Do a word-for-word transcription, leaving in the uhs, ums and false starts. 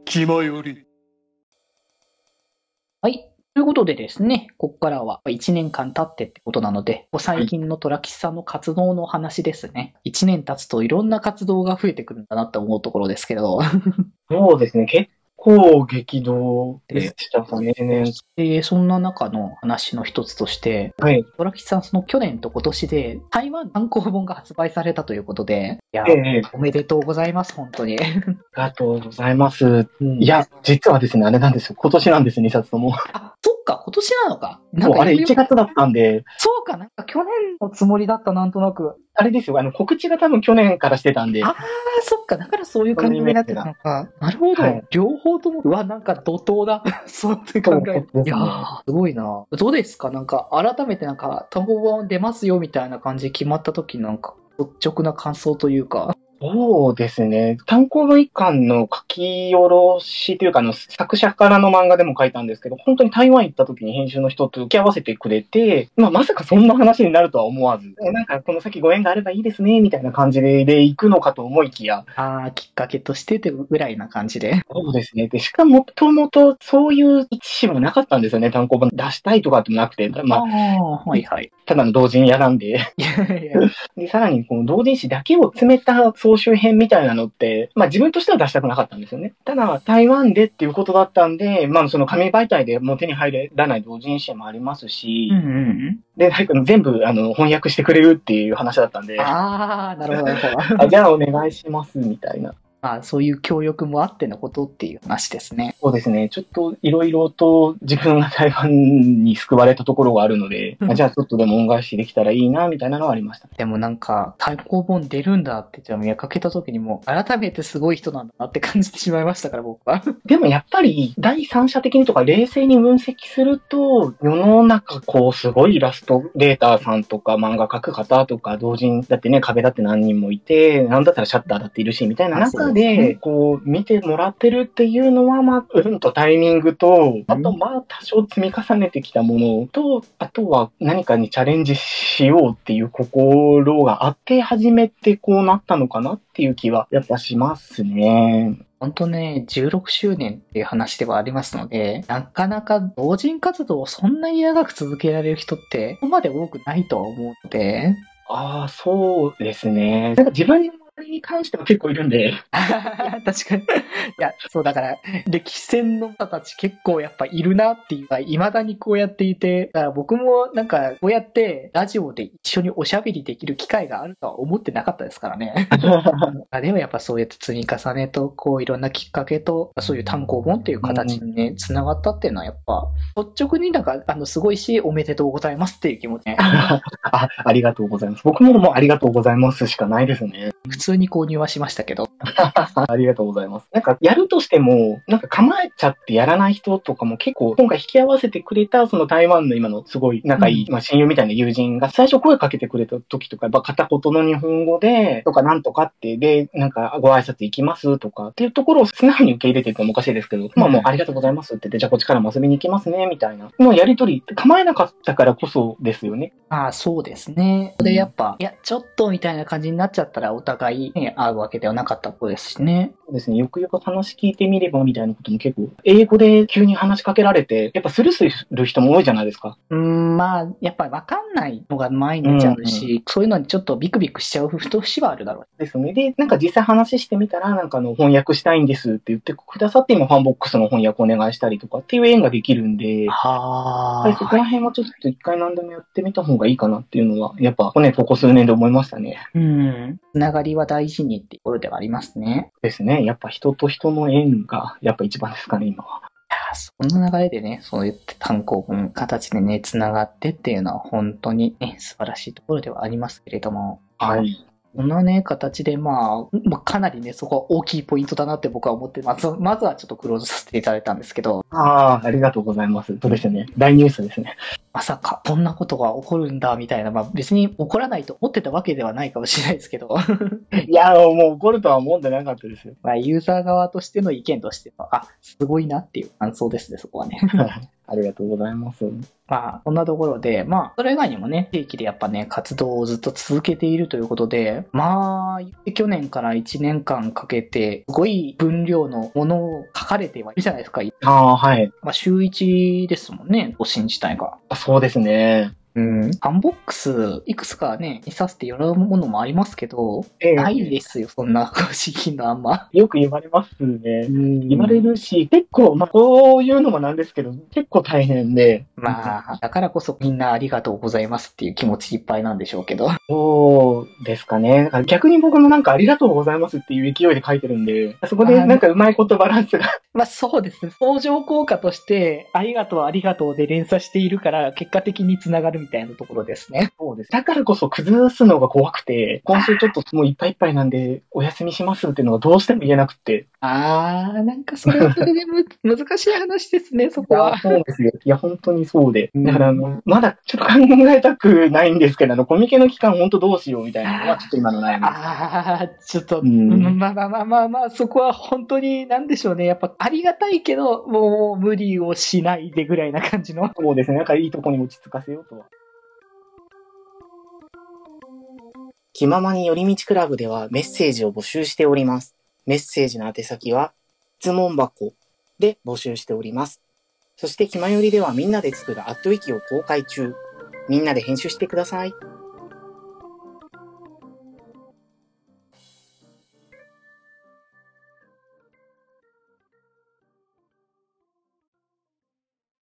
気まより。 はい。ということでですね、ここからはいちねんかん経ってってことなので、最近の虎吉さんの活動の話ですね。いちねん経つといろんな活動が増えてくるんだなって思うところですけど。 そうですね。結構激動でしたかね。 で、そんな中の話の一つとして、 はい。 虎吉さん、その去年と今年で台湾単行本が発売されたということで、いや、 ええ、 おめでとうございます、本当に。 ありがとうございます。 うんいや、実はですね、あれなんですよ。今年なんです、にさつとも。 あ、そっか、今年なのか。なんそう、あれかよくよいちがつだったんで、 そうか、なんか去年のつもりだった、なんとなく。 あれですよ。あの、告知が多分去年からしてたんで、 ああ、そっか。だからそういうその感じになってイメージが。 たのか。なるほど。 はい。 両方とも、うわ、なんか怒涛だ。そうやってそう考える。いやですね。 ー、すごいな。どうですかなんか、改めてなんか、単語本出ますよみたいな感じで決まった時なんか、率直な感想というか。 そうですね。単行本一巻の書き下ろしというか、あの、作者からの漫画でも書いたんですけど、本当に台湾行った時に編集の人と受け合わせてくれて、まあ、まさかそんな話になるとは思わず、なんかこの先ご縁があればいいですね、みたいな感じで、で行くのかと思いきや、 ああ、きっかけとしてってぐらいな感じで。 そうですね。で、しかも、もともとそういう意思はなかったんですよね。単行本出したいとかってもなくて、まああ、 あ、はいはい。 ただの同人屋なんで、 いやいや。 で、さらにこの同人誌だけを詰めた総集編みたいなのって、まあ自分としては出したくなかったんですよね。ただ、台湾でっていうことだったんで、まあその紙媒体でもう手に入らない同人誌もありますし、 うんうんうん。 で、なんか全部あの翻訳してくれるっていう話だったんで、 ああ、なるほど、なるほど。 あ、じゃあお願いしますみたいな。 まあ、そういう協力もあってのことっていう話ですね。 そうですね。ちょっといろいろと自分が台湾に救われたところがあるので、あじゃあちょっとでも恩返しできたらいいな、みたいなのはありました。 でもなんか、単行本出るんだってじゃあ見かけた時にも、改めてすごい人なんだなって感じてしまいましたから、僕は。 でもやっぱり第三者的にとか冷静に分析すると、世の中こうすごいイラストレーターさんとか漫画描く方とか同人だってね、壁だって何人もいて、なんだったらシャッターだっているし、みたいな中で、こう見てもらってるっていうのは、まあ、うんとタイミングと、あとまあ多少積み重ねてきたものと、あとは何かにチャレンジしようっていう心があって初めてこうなったのかなっていう気はやっぱしますね。 本当ね、じゅうろくしゅうねんっていう話ではありますので、なかなか同人活動をそんなに長く続けられる人って、ここまで多くないとは思うので、 ああ、そうですね。なんか自分の周りに関しては結構いるんで。 確かに。いや、そうだから、歴戦の方たち結構やっぱいるなっていうか、未だにこうやっていて、だから僕もなんかこうやってラジオで一緒におしゃべりできる機会があるとは思ってなかったですからね。あでもやっぱそうやって積み重ねと、こういろんなきっかけと、そういう単行本っていう形にね、つながったっていうのはやっぱ、率直になんか、あの、すごいし、おめでとうございますっていう気持ちね。 あ、ありがとうございます。僕ももうありがとうございますしかないですね。 普通に購入はしましたけど。 ありがとうございます。なんか、やるとしても、なんか構えちゃってやらない人とかも結構、今回引き合わせてくれた、その台湾の今のすごい仲いい、うん、まあ親友みたいな友人が最初声かけてくれた時とか、やっぱ片言の日本語で、とかなんとかって、で、なんかご挨拶行きますとかっていうところを素直に受け入れてるのもおかしいですけど、うん、まあもうありがとうございますって言って、じゃあこっちからも遊びに行きますね、みたいなのやりとり、構えなかったからこそですよね。 ああ、そうですね。で、やっぱ、いや、ちょっとみたいな感じになっちゃったら、お互い、ね、会うわけではなかったことですしね。 そうですね。よくよく話聞いてみればみたいなことも結構、英語で急に話しかけられて、やっぱスルスる人も多いじゃないですか。 うーん、まあ、やっぱりわかんないのが前に出ちゃうし、うんうん、そういうのにちょっとビクビクしちゃう節はあるだろう。 ですね。で、なんか実際話してみたら、なんかあの、翻訳したいんですって言ってくださって、今ファンボックスの翻訳お願いしたりとかっていう縁ができるんで、 ははい、そこら辺はちょっと一回何でもやってみた方がいいかなっていうのは、やっぱね、ここ数年で思いましたね。 うん。つながりは大事にっていうところではありますね。 ですね。やっぱ人と人の縁が、やっぱ一番ですかね、今は。 そんな流れでね、そういった単行本形でね、つながってっていうのは本当にね、素晴らしいところではありますけれども。 はい。 このね、形で、まあ、まあ、かなりね、そこは大きいポイントだなって僕は思ってます。まずはちょっとクローズさせていただいたんですけど。 ああ、ありがとうございます。そうですね。大ニュースですね。 まさか、こんなことが起こるんだ、みたいな、まあ別に起こらないと思ってたわけではないかもしれないですけど。 いや、もう起こるとは思ってなかったですよ。 まあユーザー側としての意見としては、あ、すごいなっていう感想ですね、そこはね。 ありがとうございます。 まあ、こんなところで、まあ、それ以外にもね、地域でやっぱね、活動をずっと続けているということで、まあ、去年からいちねんかんかけて、すごい分量のものを書かれてはいるじゃないですか。 ああ、はい。 まあ、週いちですもんね、更新自体が。 あ、そうですね。 うん。アンボックス、いくつかね、見させてもらうものもありますけど、 えないえ、 ですよ、そんな公式のあんま。 よく言われますうね。言われん。 るし、結構、まあ、こういうのもなんですけど、結構大変で。 まあ、だからこそみんなありがとうございますっていう気持ちいっぱいなんでしょうけど。 そうですかね。だから逆に僕もなんかありがとうございますっていう勢いで書いてるんで、そこでまあ、 なんかうまいことバランスが。 まあそうですね。相乗効果として、ありがとうありがとうで連鎖しているから、結果的につながるみたいなところですね。 そうです。だからこそ崩すのが怖くて、今週ちょっともういっぱいいっぱいなんでお休みしますっていうのがどうしても言えなくて。 あー、なんかそれはそれでむ難しい話ですね、そいや、 こは。 そうですよ。いや、本当にそうで。 うだから、あん。 の、まだちょっと考えたくないんですけど、あの、コミケの期間本当どうしようみたいなのはちょっと今の悩みです。 あー、ちょっと、 うん。 まあまあまあまあまあ、そこは本当になんでしょうね。やっぱありがたいけど、もう無理をしないでぐらいな感じの。 そうですね。なんかいいとこに落ち着かせようとは。気ままに寄り道クラブではメッセージを募集しております。メッセージの宛先は、質問箱で募集しております。そして気まよりではみんなで作るアットウィキを公開中。みんなで編集してください。